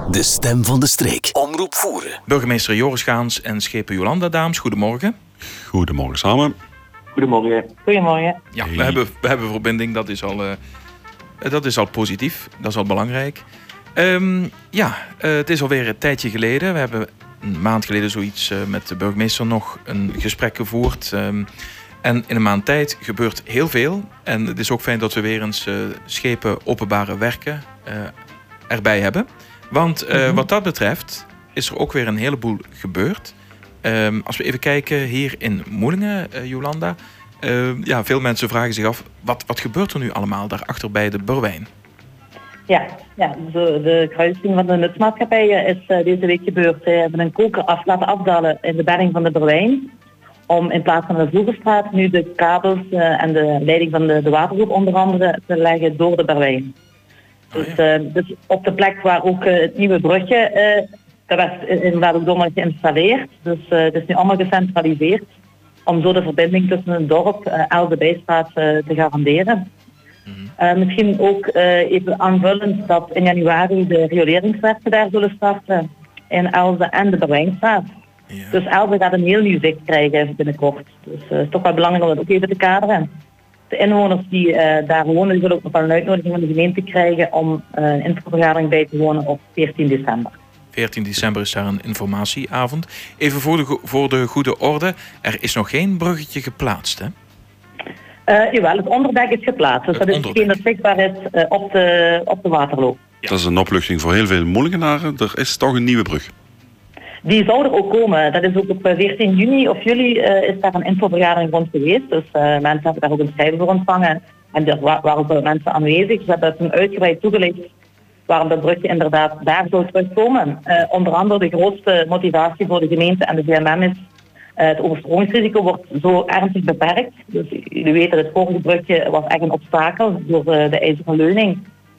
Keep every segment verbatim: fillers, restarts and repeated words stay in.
De stem van de streek. Omroep Voeren. Burgemeester Joris Gaans en schepen Jolanda Daams, goedemorgen. Goedemorgen samen. Goedemorgen. Goedemorgen. Ja, we hebben, we hebben verbinding, dat is al, uh, dat is al positief, dat is al belangrijk. Um, ja, uh, het is alweer een tijdje geleden. We hebben een maand geleden zoiets uh, met de burgemeester nog een gesprek gevoerd. Um, en in een maand tijd gebeurt heel veel. En het is ook fijn dat we weer eens uh, schepen openbare werken uh, erbij hebben. Want uh, mm-hmm. wat dat betreft is er ook weer een heleboel gebeurd. Um, als we even kijken hier in Moelingen, uh, Jolanda. Uh, ja, veel mensen vragen zich af, wat, wat gebeurt er nu allemaal daarachter bij de Berwijn? Ja, ja de, de kruising van de nutsmaatschappijen is uh, deze week gebeurd. Ze hebben een koker af laten afdalen in de bedding van de Berwijn. Om in plaats van de Vloegerstraat nu de kabels uh, en de leiding van de, de watergroep onder andere te leggen door de Berwijn. Dus, oh ja. uh, dus op de plek waar ook uh, het nieuwe brugje, uh, dat werd inderdaad ook donderdag geïnstalleerd. Dus uh, het is nu allemaal gecentraliseerd. Om zo de verbinding tussen het dorp en uh, de Bijstraat uh, te garanderen. Mm-hmm. Uh, misschien ook uh, even aanvullend dat in januari de rioleringswerken daar zullen starten. In Elze en de Berwijnstraat. Ja. Dus Elze gaat een heel nieuw zicht krijgen binnenkort. Dus het uh, is toch wel belangrijk om dat ook even te kaderen. De inwoners die uh, daar wonen, die zullen ook nog wel een uitnodiging van de gemeente krijgen om uh, een infovergadering bij te wonen op veertien december. veertien december is daar een informatieavond. Even voor de, voor de goede orde, er is nog geen bruggetje geplaatst, hè? Uh, jawel, het onderdek is geplaatst. Dus het dat is hetgeen dat zichtbaar is uh, op, de, op de waterloop. Ja. Dat is een opluchting voor heel veel Moelingenaren. Er is toch een nieuwe brug. Die zou er ook komen. Dat is ook op veertien juni of juli uh, is daar een infovergadering rond geweest. Dus uh, mensen hebben daar ook een schrijven voor ontvangen. En er waren ook mensen aanwezig. Ze hebben het uitgebreid toegelicht waarom dat brugje inderdaad daar zou terugkomen. Uh, onder andere de grootste motivatie voor de gemeente en de V M M is uh, het overstromingsrisico wordt zo ernstig beperkt. Dus jullie weten, het vorige brugje was echt een obstakel door uh, de ijzeren leuning.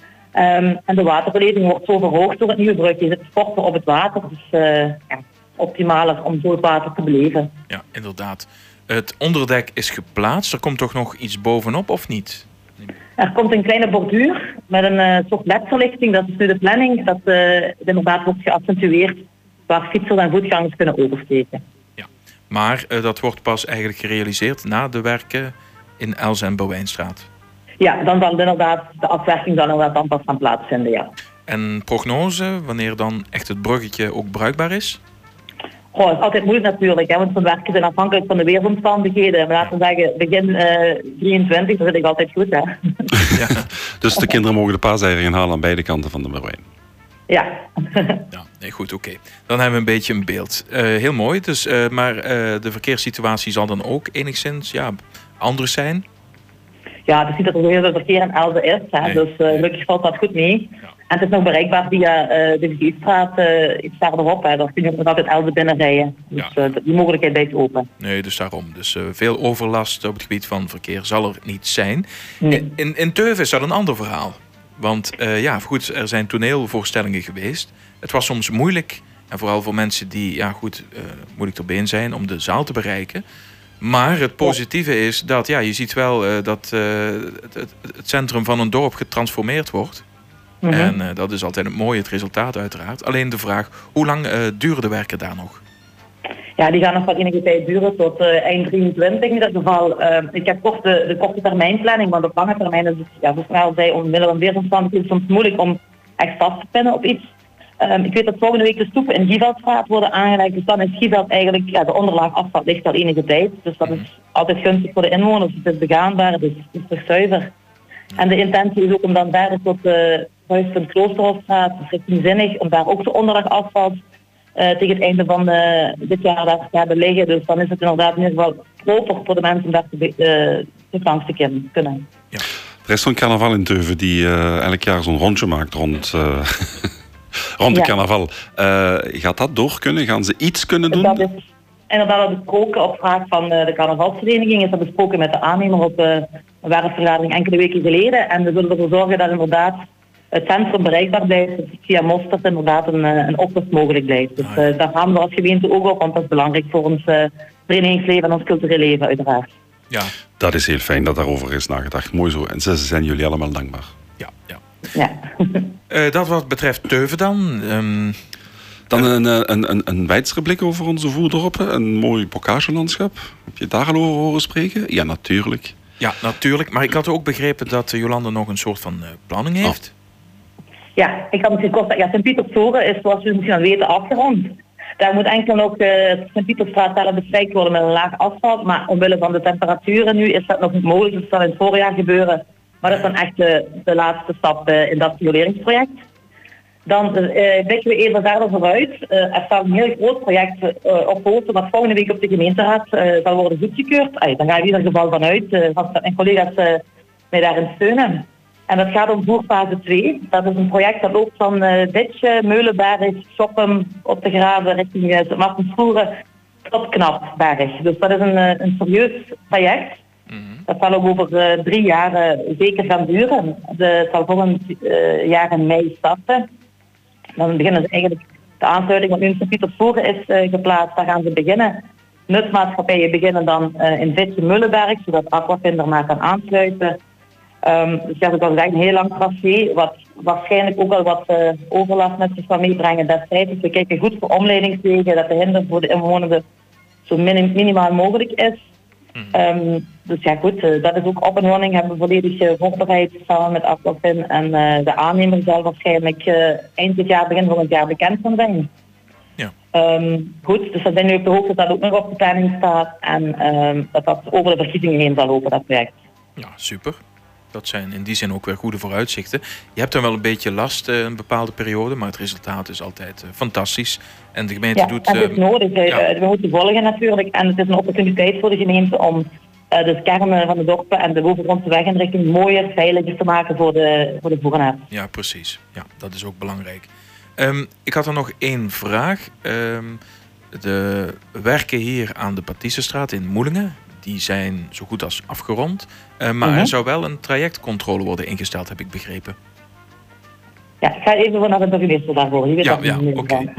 Um, en de waterbeleving wordt zo verhoogd door het nieuwe brugje. Het sporten op het water, dus uh, ja, optimaler om zo het water te beleven. Ja, inderdaad. Het onderdek is geplaatst. Er komt toch nog iets bovenop, of niet? Er komt een kleine borduur met een uh, soort L E D-verlichting. Dat is nu de planning. Dat uh, inderdaad wordt geaccentueerd waar fietsers en voetgangers kunnen oversteken. Ja, maar uh, dat wordt pas eigenlijk gerealiseerd na de werken in Elze en Berwijnstraat. Ja, dan zal inderdaad de afwerking zal inderdaad dan pas gaan plaatsvinden, ja. En prognose, wanneer dan echt het bruggetje ook bruikbaar is? Goh, het is altijd moeilijk natuurlijk, hè, want we werken zijn afhankelijk van de weersomstandigheden. Maar laten we zeggen, begin uh, drieëntwintig, dat vind ik altijd goed, hè. Ja. Dus de kinderen mogen de paaseieren gaan halen aan beide kanten van de Berwijn. Ja. Ja, nee, goed, oké. Okay. Dan hebben we een beetje een beeld. Uh, heel mooi, dus, uh, maar uh, de verkeerssituatie zal dan ook enigszins ja, anders zijn? Ja, het is niet dat er heel veel verkeer in Elze is, hè. Nee. Dus uh, gelukkig valt dat goed mee. Ja. En het is nog bereikbaar via uh, de Vigeestraat uh, iets verderop. Hè. Daar kun je ook nog altijd Elze binnenrijden. Dus ja. uh, die mogelijkheid blijft open. Nee, dus daarom. Dus uh, veel overlast op het gebied van verkeer zal er niet zijn. Nee. In, in, in Teuven is dat een ander verhaal. Want uh, ja, goed, er zijn toneelvoorstellingen geweest. Het was soms moeilijk, en vooral voor mensen die ja, goed, uh, moeilijk ter been zijn, om de zaal te bereiken. Maar het positieve is dat ja, je ziet wel uh, dat uh, het, het, het centrum van een dorp getransformeerd wordt. Mm-hmm. En uh, dat is altijd een mooi het resultaat uiteraard. Alleen de vraag, hoe lang uh, duren de werken daar nog? Ja, die gaan nog wat enige tijd duren tot uh, eind drieëntwintig in ieder geval. Uh, ik heb kort de, de korte termijnplanning, want op lange termijn is het, ja, zoals ik al zei, omwille van weersomstandigheden soms moeilijk om echt vast te pinnen op iets. Um, ik weet dat volgende week de stoepen in Gieveldstraat worden aangelegd. Dus dan is Gieveld eigenlijk, ja, de onderlaag afval ligt al enige tijd. Dus dat is altijd gunstig voor de inwoners. Het is begaanbaar, het is, het is terug zuiver. En de intentie is ook om dan verder tot de Huispunt Kloosterhofstraat, richting Zinnig, om daar ook de onderlaag afval uh, tegen het einde van uh, dit jaar daar te hebben liggen. Dus dan is het inderdaad in ieder geval proper voor de mensen om daar te, uh, langs te kunnen. Ja. Er is zo'n carnaval in Teuven die uh, elk jaar zo'n rondje maakt rond... Uh... Rond de ja. carnaval. Uh, gaat dat door kunnen? Gaan ze iets kunnen doen? Dat is inderdaad besproken op vraag van de carnavalsvereniging. Is dat besproken met de aannemer op een werkvergadering enkele weken geleden. En we zullen ervoor zorgen dat inderdaad het centrum bereikbaar blijft. Dat via Mosterd inderdaad een, een oplossing mogelijk blijft. Dus uh, daar gaan we als gemeente ook op, want dat is belangrijk voor ons uh, verenigingsleven en ons cultureel leven uiteraard. Ja. Dat is heel fijn dat daarover is nagedacht. Mooi zo. En ze zijn jullie allemaal dankbaar. Ja, ja. Ja. Uh, dat wat betreft Teuven dan. Um, dan een, een, een, een wijdere blik over onze voerdorpen. Een mooi bokagelandschap. Heb je daar al over horen spreken? Ja, natuurlijk. Ja, natuurlijk. Maar ik had ook begrepen dat Jolanda nog een soort van uh, planning heeft. Oh. Ja, ik had misschien kort... Ja, Sint-Pietersvoren is, zoals we misschien al weten, afgerond. Daar moet enkel nog de uh, Sint-Pietersstraat zelf bestrijkt worden met een laag asfalt. Maar omwille van de temperaturen nu is dat nog niet mogelijk. Dat zal in het voorjaar gebeuren. Maar dat is dan echt de, de laatste stap uh, in dat rioleringsproject. Dan uh, blikken we even verder vooruit. Uh, er staat een heel groot project uh, op poten wat volgende week op de gemeenteraad uh, zal worden goedgekeurd. Ay, daar ga ik in ieder geval vanuit. Uh, dat mijn collega's uh, mij daarin steunen. En dat gaat om voerfase twee. Dat is een project dat loopt van uh, Ditje, Meulenberg, Soppem op de graven richting uh, Sint Maartensvoeren tot Knapberg. Dus dat is een, uh, een serieus traject. Mm-hmm. Dat zal ook over uh, drie jaar uh, zeker gaan duren. De, het zal volgend uh, jaar in mei starten. Dan beginnen ze eigenlijk de aansluiting, want nu in Sint-Pietersvoeren is uh, geplaatst. Daar gaan ze beginnen. Nutsmaatschappijen beginnen dan uh, in Vitje Mullenberg, zodat Aquafin er maar kan aansluiten. Um, dus ja, dat was eigenlijk een heel lang tracé, wat waarschijnlijk ook al wat uh, overlast met zich kan meebrengen destijds. Dus we kijken goed voor omleidingswegen, dat de hinder voor de inwonenden zo minim, minimaal mogelijk is. Um, dus ja goed, uh, dat is ook op en running, hebben we volledig uh, voorbereid samen met Aquafin en uh, de aannemer zal waarschijnlijk uh, eind dit jaar, begin volgend jaar bekend van zijn. Ja. Um, goed, dus dat zijn nu op de hoogte dat dat ook nog op de planning staat en um, dat dat over de verkiezingen heen zal lopen, dat project. Ja, super. Dat zijn in die zin ook weer goede vooruitzichten. Je hebt dan wel een beetje last uh, een bepaalde periode, maar het resultaat is altijd uh, fantastisch. En de gemeente ja, doet... en het is nodig. Uh, ja. We moeten volgen natuurlijk. En het is een opportuniteit voor de gemeente om uh, de kernen van de dorpen en de bovengrondse weginrichting mooier, veiliger te maken voor de, voor de voernaars. Ja, precies. Ja, dat is ook belangrijk. Um, ik had er nog één vraag. Um, de werken hier aan de Battistenstraat in Moelingen, die zijn zo goed als afgerond. Uh, maar uh-huh. er zou wel een trajectcontrole worden ingesteld, heb ik begrepen. Ja, ik ga even naar de burgemeester daarvoor. Je weet ja, dat ja, oké. Okay.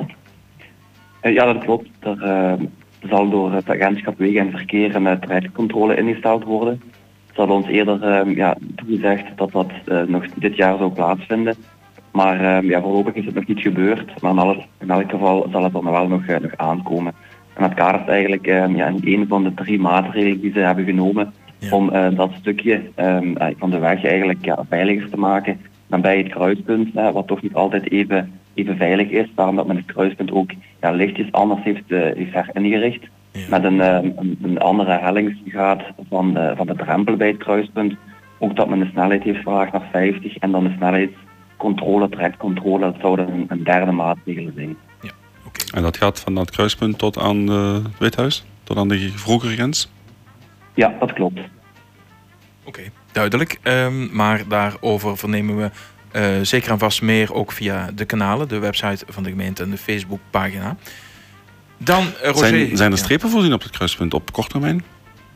uh, ja, dat klopt. Er uh, zal door het agentschap Wegen en Verkeer een trajectcontrole ingesteld worden. Het zal ons eerder uh, ja, toegezegd dat dat uh, nog dit jaar zou plaatsvinden. Maar uh, ja, voorlopig is het nog niet gebeurd. Maar in, alles, in elk geval zal het er wel nog, uh, nog aankomen. En dat kadert eigenlijk uh, ja, in een van de drie maatregelen die ze hebben genomen ja. om uh, dat stukje um, uh, van de weg eigenlijk ja, veiliger te maken dan bij het kruispunt, uh, wat toch niet altijd even, even veilig is. Daarom dat men het kruispunt ook ja, lichtjes anders heeft, uh, heeft heringericht. Ja. Met een, uh, een, een andere hellingsgraad van, uh, van de drempel bij het kruispunt. Ook dat men de snelheid heeft verlaagd naar vijftig en dan de snelheidscontrole, trajectcontrole, dat zou een, een derde maatregel zijn. Ja. Okay. En dat gaat van het kruispunt tot aan uh, het Withuis? Tot aan de vroegere grens? Ja, dat klopt. Oké, okay, duidelijk. Um, maar daarover vernemen we uh, zeker en vast meer ook via de kanalen, de website van de gemeente en de Facebookpagina. Dan, uh, Roger, zijn, zijn er strepen ja. voorzien op het kruispunt op kort termijn?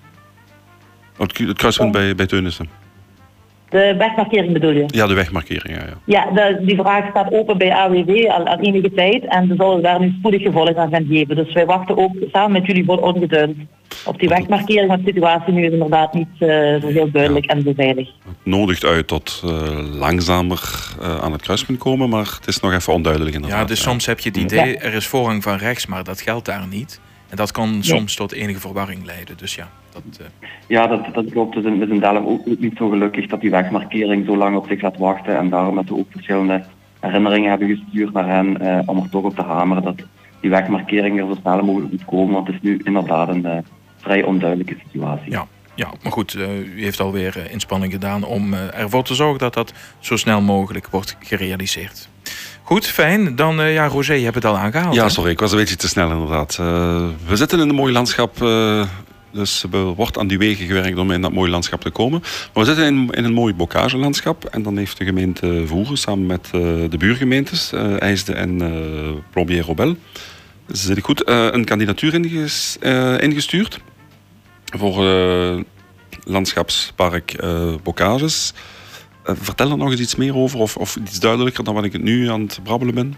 Het, het kruispunt ja. bij, bij Teunissen? De wegmarkering bedoel je? Ja, de wegmarkering, ja. Ja, ja de, die vraag staat open bij A W W al, al enige tijd en we zullen daar nu spoedig gevolg aan gaan geven. Dus wij wachten ook samen met jullie voor ongeduid op die wegmarkering, want de situatie nu is inderdaad niet uh, zo heel duidelijk ja. en zo veilig. Het nodigt uit tot uh, langzamer uh, aan het kruispunt komen, maar het is nog even onduidelijk inderdaad. Ja, dus ja. soms heb je het idee, ja. er is voorrang van rechts, maar dat geldt daar niet. En dat kan nee. soms tot enige verwarring leiden, dus ja. Dat, uh... Ja, dat, dat klopt. We zijn, we zijn zelf ook niet zo gelukkig dat die wegmarkering zo lang op zich laat wachten. En daarom dat we ook verschillende herinneringen hebben gestuurd naar hen uh, om er toch op te hameren dat die wegmarkering er zo snel mogelijk moet komen. Want het is nu inderdaad een uh, vrij onduidelijke situatie. Ja, ja maar goed, uh, u heeft alweer uh, inspanning gedaan om uh, ervoor te zorgen dat dat zo snel mogelijk wordt gerealiseerd. Goed, fijn. Dan, uh, ja, Roger, je hebt het al aangehaald. Ja, hè? sorry, ik was een beetje te snel inderdaad. Uh, we zitten in een mooi landschap... Uh, Dus er wordt aan die wegen gewerkt om in dat mooie landschap te komen. Maar we zitten in, in een mooi bokagelandschap. En dan heeft de gemeente Voeren samen met uh, de buurgemeentes, uh, IJsde en uh, Plombier-Robel, zit ik goed, uh, een kandidatuur inges, uh, ingestuurd voor uh, landschapspark uh, Bokages. Uh, vertel er nog eens iets meer over of, of iets duidelijker dan wat ik het nu aan het brabbelen ben.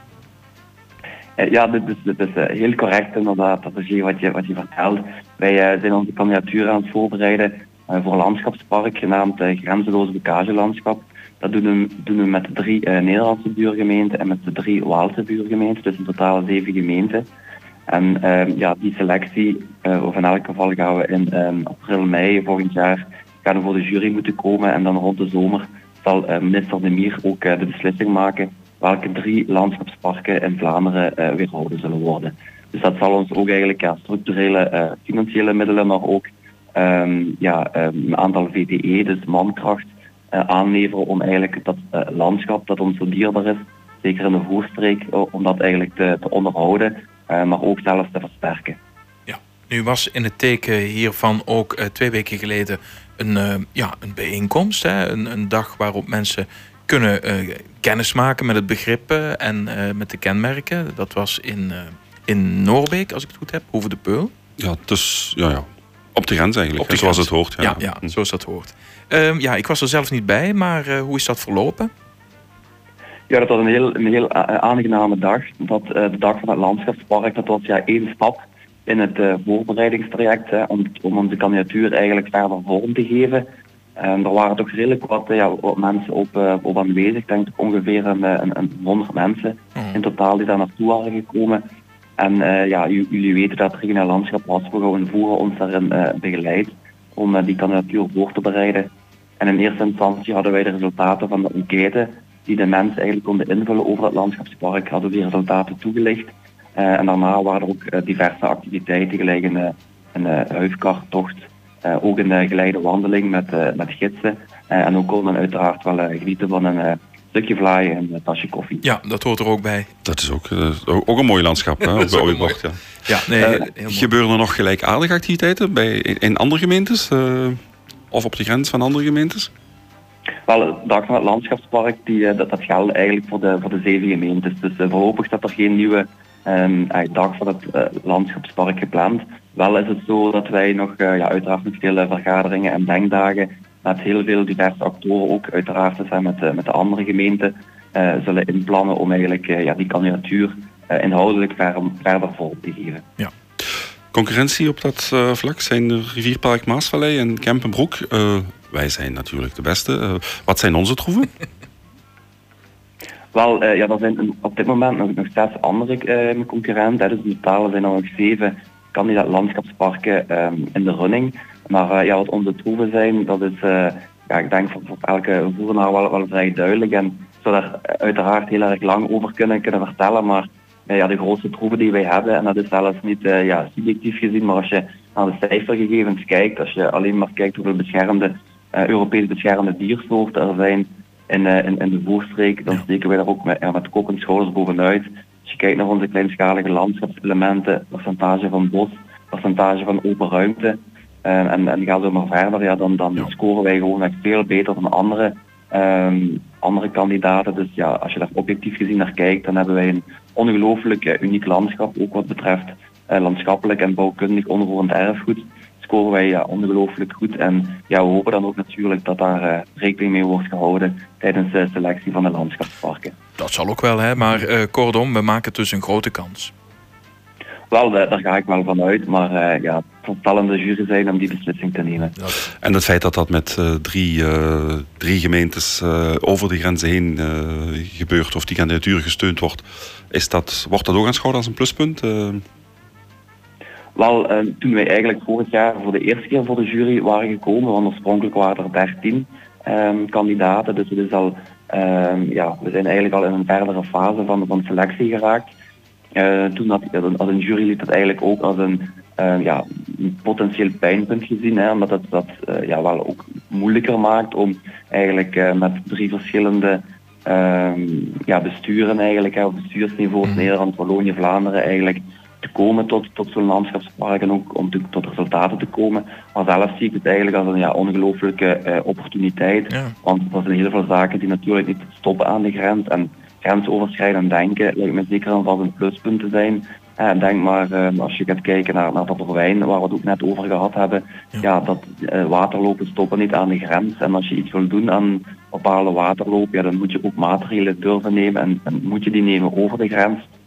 Ja, dit is, dit is heel correct inderdaad, dat is wat je, wat je vertelt. Wij uh, zijn onze kandidatuur aan het voorbereiden uh, voor een landschapspark genaamd uh, Grenzeloos Bokagelandschap. Dat doen we, doen we met de drie uh, Nederlandse buurgemeenten en met de drie Waalse buurgemeenten, dus in totaal zeven gemeenten. En uh, ja, die selectie, uh, of in elk geval gaan we in um, april, mei volgend jaar gaan we voor de jury moeten komen en dan rond de zomer zal uh, minister De Mier ook uh, de beslissing maken welke drie landschapsparken in Vlaanderen uh, weerhouden zullen worden. Dus dat zal ons ook eigenlijk ja, structurele uh, financiële middelen, maar ook um, ja, um, een aantal V T E, dus mankracht, uh, aanleveren om eigenlijk dat uh, landschap dat ons zo dierbaar is, zeker in de Voorstreek, uh, om dat eigenlijk te, te onderhouden, uh, maar ook zelfs te versterken. Ja, nu was in het teken hiervan ook uh, twee weken geleden een, uh, ja, een bijeenkomst, hè? Een, een dag waarop mensen kunnen uh, kennis maken met het begrip uh, en uh, met de kenmerken. Dat was in, uh, in Noorbeek, als ik het goed heb, Hoeve de Peul. Ja, dus ja, ja. Op de grens eigenlijk, Op de zoals grens. het hoort. Ja, ja, ja, ja zoals dat hoort. Uh, ja, ik was er zelf niet bij, maar uh, hoe is dat verlopen? Ja, dat was een heel, een heel aangename dag. Dat, uh, de dag van het landschapspark, dat was ja één stap in het uh, voorbereidingstraject, hè, om, om onze kandidatuur eigenlijk verder vorm te geven. En er waren toch redelijk wat, ja, wat mensen op, uh, op aanwezig. Ik denk ongeveer een, een, een honderd mensen in totaal die daar naartoe waren gekomen. En uh, ja, j- jullie weten dat regionaal landschap Haspelgouw en Voeren ons daarin uh, begeleidt om uh, die kandidatuur voor te bereiden. En in eerste instantie hadden wij de resultaten van de enquête die de mensen eigenlijk konden invullen over het landschapspark, hadden die resultaten toegelicht. Uh, en daarna waren er ook uh, diverse activiteiten, gelijk een, een uh, huifkarttocht, uh, ook een uh, geleide wandeling met, uh, met gidsen. Uh, en ook kon men uiteraard wel uh, genieten van een uh, stukje vlaai en een tasje koffie. Ja, dat hoort er ook bij. Dat is ook, uh, ook een mooi landschap, hè, op de Ooibocht. Ja. Ja, nee, uh, heel mooi. Gebeuren er nog gelijkaardige activiteiten bij, in andere gemeentes? Uh, of op de grens van andere gemeentes? Wel, de dag van het landschapspark, die, dat, dat geldt eigenlijk voor de, voor de zeven gemeentes. Dus uh, voorlopig staat er geen nieuwe um, dag van het uh, landschapspark gepland. Wel is het zo dat wij nog, uh, ja, uiteraard nog veel uh, vergaderingen en denkdagen met heel veel diverse actoren, ook uiteraard zijn met, uh, met de andere gemeenten, uh, zullen inplannen om eigenlijk uh, ja, die kandidatuur uh, inhoudelijk ver, verder vorm te geven. Ja. Concurrentie op dat uh, vlak zijn de Rivierpark Maasvallei en Kempenbroek. Uh, wij zijn natuurlijk de beste. Uh, wat zijn onze troeven? Wel, uh, ja, er zijn een, op dit moment nog, nog zes andere uh, concurrenten. Dus in totaal zijn er nog zeven kandidaat landschapsparken um, in de running. Maar uh, ja, wat onze troeven zijn, dat is, uh, ja, ik denk voor, voor elke voernaar wel, wel vrij duidelijk. En ik zou daar uiteraard heel erg lang over kunnen, kunnen vertellen, maar uh, ja, de grootste troeven die wij hebben, en dat is zelfs niet uh, ja, subjectief gezien, maar als je naar de cijfergegevens kijkt, als je alleen maar kijkt hoeveel beschermde, uh, Europees beschermde diersoorten er zijn in, uh, in, in de Voorstreek, dan steken wij daar ook met, ja, met kop en schouders bovenuit. Als je kijkt naar onze kleinschalige landschapselementen, percentage van bos, percentage van open ruimte, uh, en, en gaat zo maar verder, ja, dan, dan ja. scoren wij gewoon echt veel beter dan andere, um, andere kandidaten. Dus ja, als je daar objectief gezien naar kijkt, dan hebben wij een ongelooflijk uh, uniek landschap, ook wat betreft uh, landschappelijk en bouwkundig onroerend erfgoed. Scoren wij ja, ongelooflijk goed. En ja, we hopen dan ook natuurlijk dat daar uh, rekening mee wordt gehouden tijdens de selectie van de landschapsparken. Dat zal ook wel, hè? Maar uh, kortom, we maken dus een grote kans. Wel, daar ga ik wel van uit, maar uh, ja, het zal een jury zijn om die beslissing te nemen. Dat... En het feit dat dat met uh, drie, uh, drie gemeentes uh, over de grenzen heen uh, gebeurt, of die kandidatuur gesteund wordt, is dat, wordt dat ook aanschouwd als een pluspunt? Uh... Wel, uh, toen wij eigenlijk vorig jaar voor de eerste keer voor de jury waren gekomen, want oorspronkelijk waren er dertien um, kandidaten, dus het is al, um, ja, we zijn eigenlijk al in een verdere fase van, van selectie geraakt. Uh, toen had als een jurylid dat eigenlijk ook als een, uh, ja, een potentieel pijnpunt gezien, hè, omdat het dat uh, ja, wel ook moeilijker maakt om eigenlijk uh, met drie verschillende uh, ja, besturen eigenlijk, hè, op bestuursniveau, Nederland, Wallonië, Vlaanderen eigenlijk, te komen tot, tot zo'n landschapspark en ook om te, tot resultaten te komen. Maar zelf zie ik het eigenlijk als een ja, ongelooflijke uh, opportuniteit. Ja. Want er zijn heel veel zaken die natuurlijk niet stoppen aan de grens. En grensoverschrijdend denken lijkt me zeker een van een pluspunt te zijn. Uh, denk maar, uh, als je gaat kijken naar, naar Papperwijn, waar we het ook net over gehad hebben, ja. Ja, dat uh, waterlopen stoppen niet aan de grens. En als je iets wil doen aan bepaalde waterlopen, ja, dan moet je ook maatregelen durven nemen en, en moet je die nemen over de grens.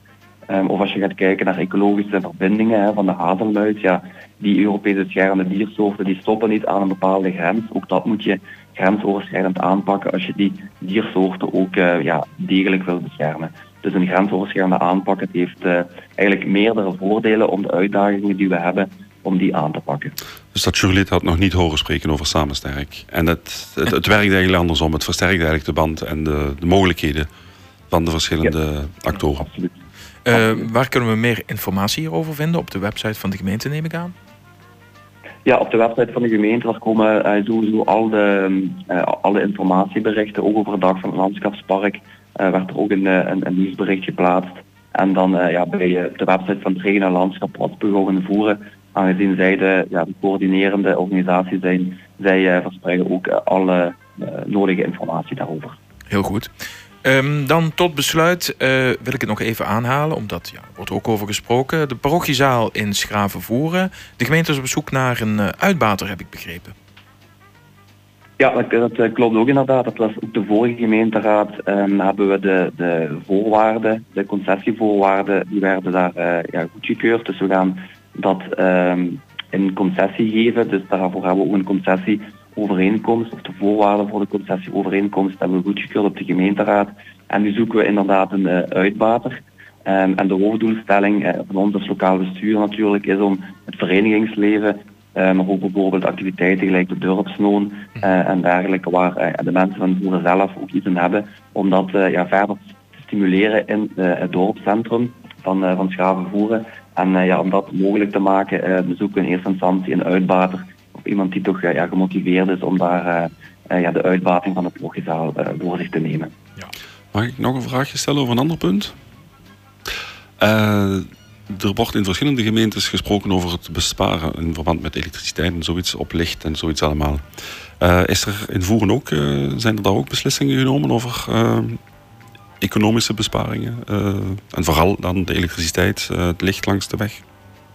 Um, of als je gaat kijken naar ecologische verbindingen hè, van de hazelmuis, ja, die Europese beschermde diersoorten die stoppen niet aan een bepaalde grens. Ook dat moet je grensoverschrijdend aanpakken als je die diersoorten ook uh, ja, degelijk wil beschermen. Dus een grensoverschrijdende aanpak, het heeft uh, eigenlijk meerdere voordelen om de uitdagingen die we hebben, om die aan te pakken. Dus dat jurylid had nog niet horen spreken over Samensterk. En het, het, het werkt eigenlijk andersom. Het versterkt eigenlijk de band en de, de mogelijkheden van de verschillende ja. actoren. Absoluut. Uh, waar kunnen we meer informatie hierover vinden? Op de website van de gemeente, neem ik aan? Ja, op de website van de gemeente daar komen uh, sowieso al de, uh, alle informatieberichten, ook over de dag van het landschapspark. Uh, werd er ook een, een, een nieuwsbericht geplaatst. En dan uh, ja, bij uh, de website van het regionaal landschap Rotsburg voeren, aangezien zij de, ja, de coördinerende organisatie zijn, zij uh, verspreiden ook uh, alle uh, nodige informatie daarover. Heel goed. Um, dan tot besluit uh, wil ik het nog even aanhalen, omdat ja, er wordt ook over gesproken. De parochiezaal in Schravenvoeren. De gemeente is op zoek naar een uh, uitbater, heb ik begrepen. Ja, dat, dat uh, klopt ook inderdaad. Dat was ook de vorige gemeenteraad. Um, hebben we de, de voorwaarden, de concessievoorwaarden, die werden daar uh, ja, goedgekeurd. Dus we gaan dat um, in concessie geven. Dus daarvoor hebben we ook een concessie overeenkomst, of de voorwaarden voor de concessieovereenkomst hebben we goedgekeurd op de gemeenteraad. En nu zoeken we inderdaad een uh, uitbater. Um, en de hoofddoelstelling uh, van ons als lokaal bestuur natuurlijk is om het verenigingsleven, uh, maar ook bijvoorbeeld activiteiten gelijk de dorpsloon uh, en dergelijke, waar uh, de mensen van Voeren zelf ook iets in hebben, om dat uh, ja, verder te stimuleren in uh, het dorpscentrum van, uh, van Schravenvoeren. En uh, ja, om dat mogelijk te maken, uh, we zoeken in eerste instantie een uitbater. Of iemand die toch uh, ja, gemotiveerd is om daar uh, uh, ja, de uitbating van de parochiezaal uh, voor zich te nemen. Ja. Mag ik nog een vraagje stellen over een ander punt? Uh, er wordt in verschillende gemeentes gesproken over het besparen in verband met elektriciteit en zoiets, op licht en zoiets allemaal. Uh, is er in Voeren ook, uh, zijn er daar ook beslissingen genomen over uh, economische besparingen? Uh, en vooral dan de elektriciteit, uh, het licht langs de weg?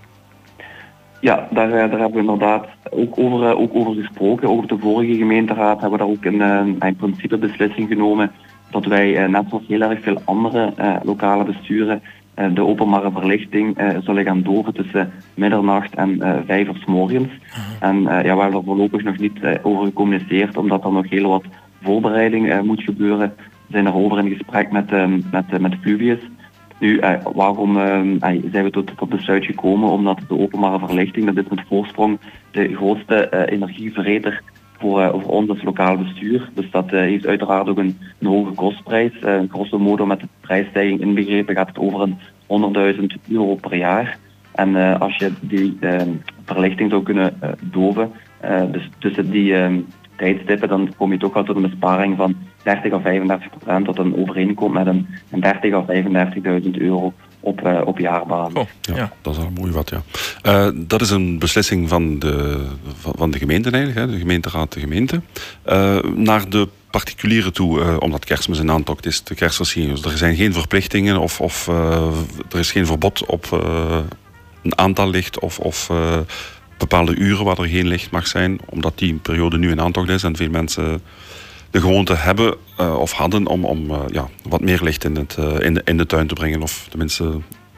Ja, daar, daar hebben we inderdaad ook over, ook over gesproken. Over de vorige gemeenteraad hebben we daar ook een, een principebeslissing genomen dat wij, net zoals heel erg veel andere uh, lokale besturen, uh, de openbare verlichting uh, zullen gaan doven tussen middernacht en uh, vijf uur 's morgens. En uh, ja, we hebben er voorlopig nog niet uh, over gecommuniceerd, omdat er nog heel wat voorbereiding uh, moet gebeuren. We zijn daarover in gesprek met, uh, met, uh, met Fluvius. Nu, eh, waarom eh, zijn we tot het besluit gekomen? Omdat de openbare verlichting, dat is met voorsprong de grootste eh, energieverreter voor, uh, voor ons als lokaal bestuur. Dus dat uh, heeft uiteraard ook een, een hoge kostprijs. Uh, grosso modo met de prijsstijging inbegrepen gaat het over een honderdduizend euro per jaar. En uh, als je die uh, verlichting zou kunnen uh, doven, uh, dus tussen die uh, tijdstippen, dan kom je toch wel tot een besparing van dertig à vijfendertig procent, dat dan overeenkomt met een, een dertig à vijfendertigduizend euro op, uh, op jaarbasis. Oh, ja, ja, dat is al mooi wat, ja. Uh, dat is een beslissing van de, van, van de gemeente eigenlijk, hè, de gemeenteraad, de gemeente. Uh, naar de particulieren toe, uh, omdat Kerstmis een aantocht is, de kerstversiering. Dus er zijn geen verplichtingen of, of uh, er is geen verbod op uh, een aantal licht of... of uh, bepaalde uren waar er geen licht mag zijn, omdat die periode nu in aantocht is en veel mensen de gewoonte hebben uh, of hadden om, om uh, ja, wat meer licht in, het, uh, in, de, in de tuin te brengen, of tenminste...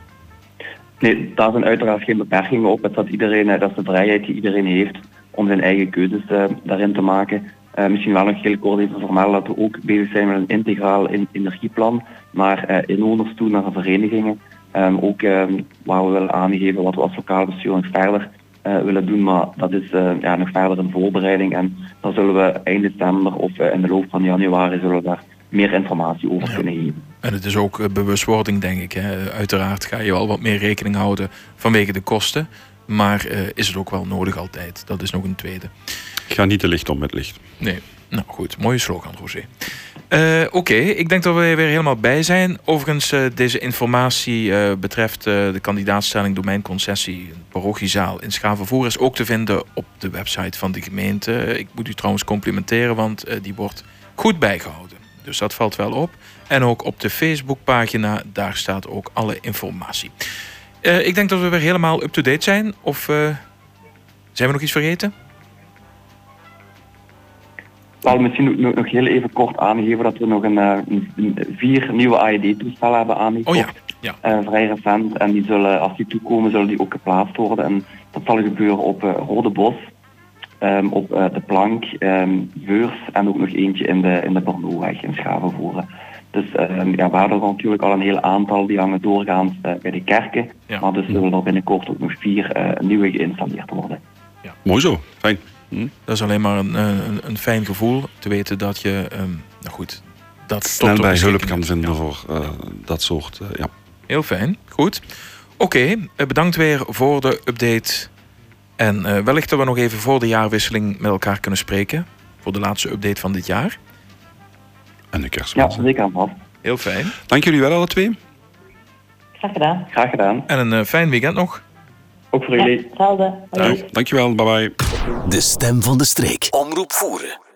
Nee, daar zijn uiteraard geen beperkingen op. Het dat, iedereen, dat is de vrijheid die iedereen heeft om zijn eigen keuzes uh, daarin te maken. Uh, misschien wel nog heel kort even vermelden dat we ook bezig zijn met een integraal energieplan naar uh, inwoners toe, naar de verenigingen. Um, ook um, waar we willen aangeven wat we als lokaal bestuur nog verder Uh, willen doen, maar dat is uh, ja, nog verder een voorbereiding en daar zullen we eind december of uh, in de loop van januari zullen we daar meer informatie over ja. kunnen geven. En het is ook uh, bewustwording, denk ik. Hè. Uiteraard ga je wel wat meer rekening houden vanwege de kosten, maar uh, is het ook wel nodig altijd. Dat is nog een tweede. Ik ga niet te licht om met licht. Nee. Nou goed, mooie slogan, Roger. Uh, Oké, okay. Ik denk dat we weer helemaal bij zijn. Overigens, uh, deze informatie uh, betreft uh, de kandidaatstelling domeinconcessie parochiezaal in Schravenvoeren is ook te vinden op de website van de gemeente. Uh, ik moet u trouwens complimenteren, want uh, die wordt goed bijgehouden. Dus dat valt wel op. En ook op de Facebookpagina, daar staat ook alle informatie. Uh, ik denk dat we weer helemaal up-to-date zijn. Of uh, zijn we nog iets vergeten? Ik zal misschien nog heel even kort aangeven dat we nog een, een, een vier nieuwe A E D-toestellen hebben aangekocht. Oh ja. Ja. Uh, vrij recent. En die zullen, als die toekomen, zullen die ook geplaatst worden. En dat zal gebeuren op uh, Rode Bos, um, op uh, de Plank, um, Veurs en ook nog eentje in de, in de Bordeauxweg in Schavenvoeren. Dus um, ja, we hebben er natuurlijk al een heel aantal die hangen doorgaans uh, bij de kerken. Ja. Maar dus zullen er binnenkort ook nog vier uh, nieuwe geïnstalleerd worden. Ja. Mooi zo, fijn. Hm? Dat is alleen maar een, een, een fijn gevoel te weten dat je, um, nou goed, dat snel tot bij hulp beschikking kan hebt. vinden Ja. voor uh, dat soort, uh, ja. Heel fijn, goed. Oké, okay, bedankt weer voor de update. En uh, wellicht dat we nog even voor de jaarwisseling met elkaar kunnen spreken. Voor de laatste update van dit jaar. En de kerstmis. Ja, zeker aan vast. Heel fijn. Dank jullie wel alle twee. Graag gedaan. Graag gedaan. En een uh, fijn weekend nog. Ook voor Ja, jullie. hetzelfde. Hoi. Dankjewel, bye bye. De stem van de streek. Omroep Voeren.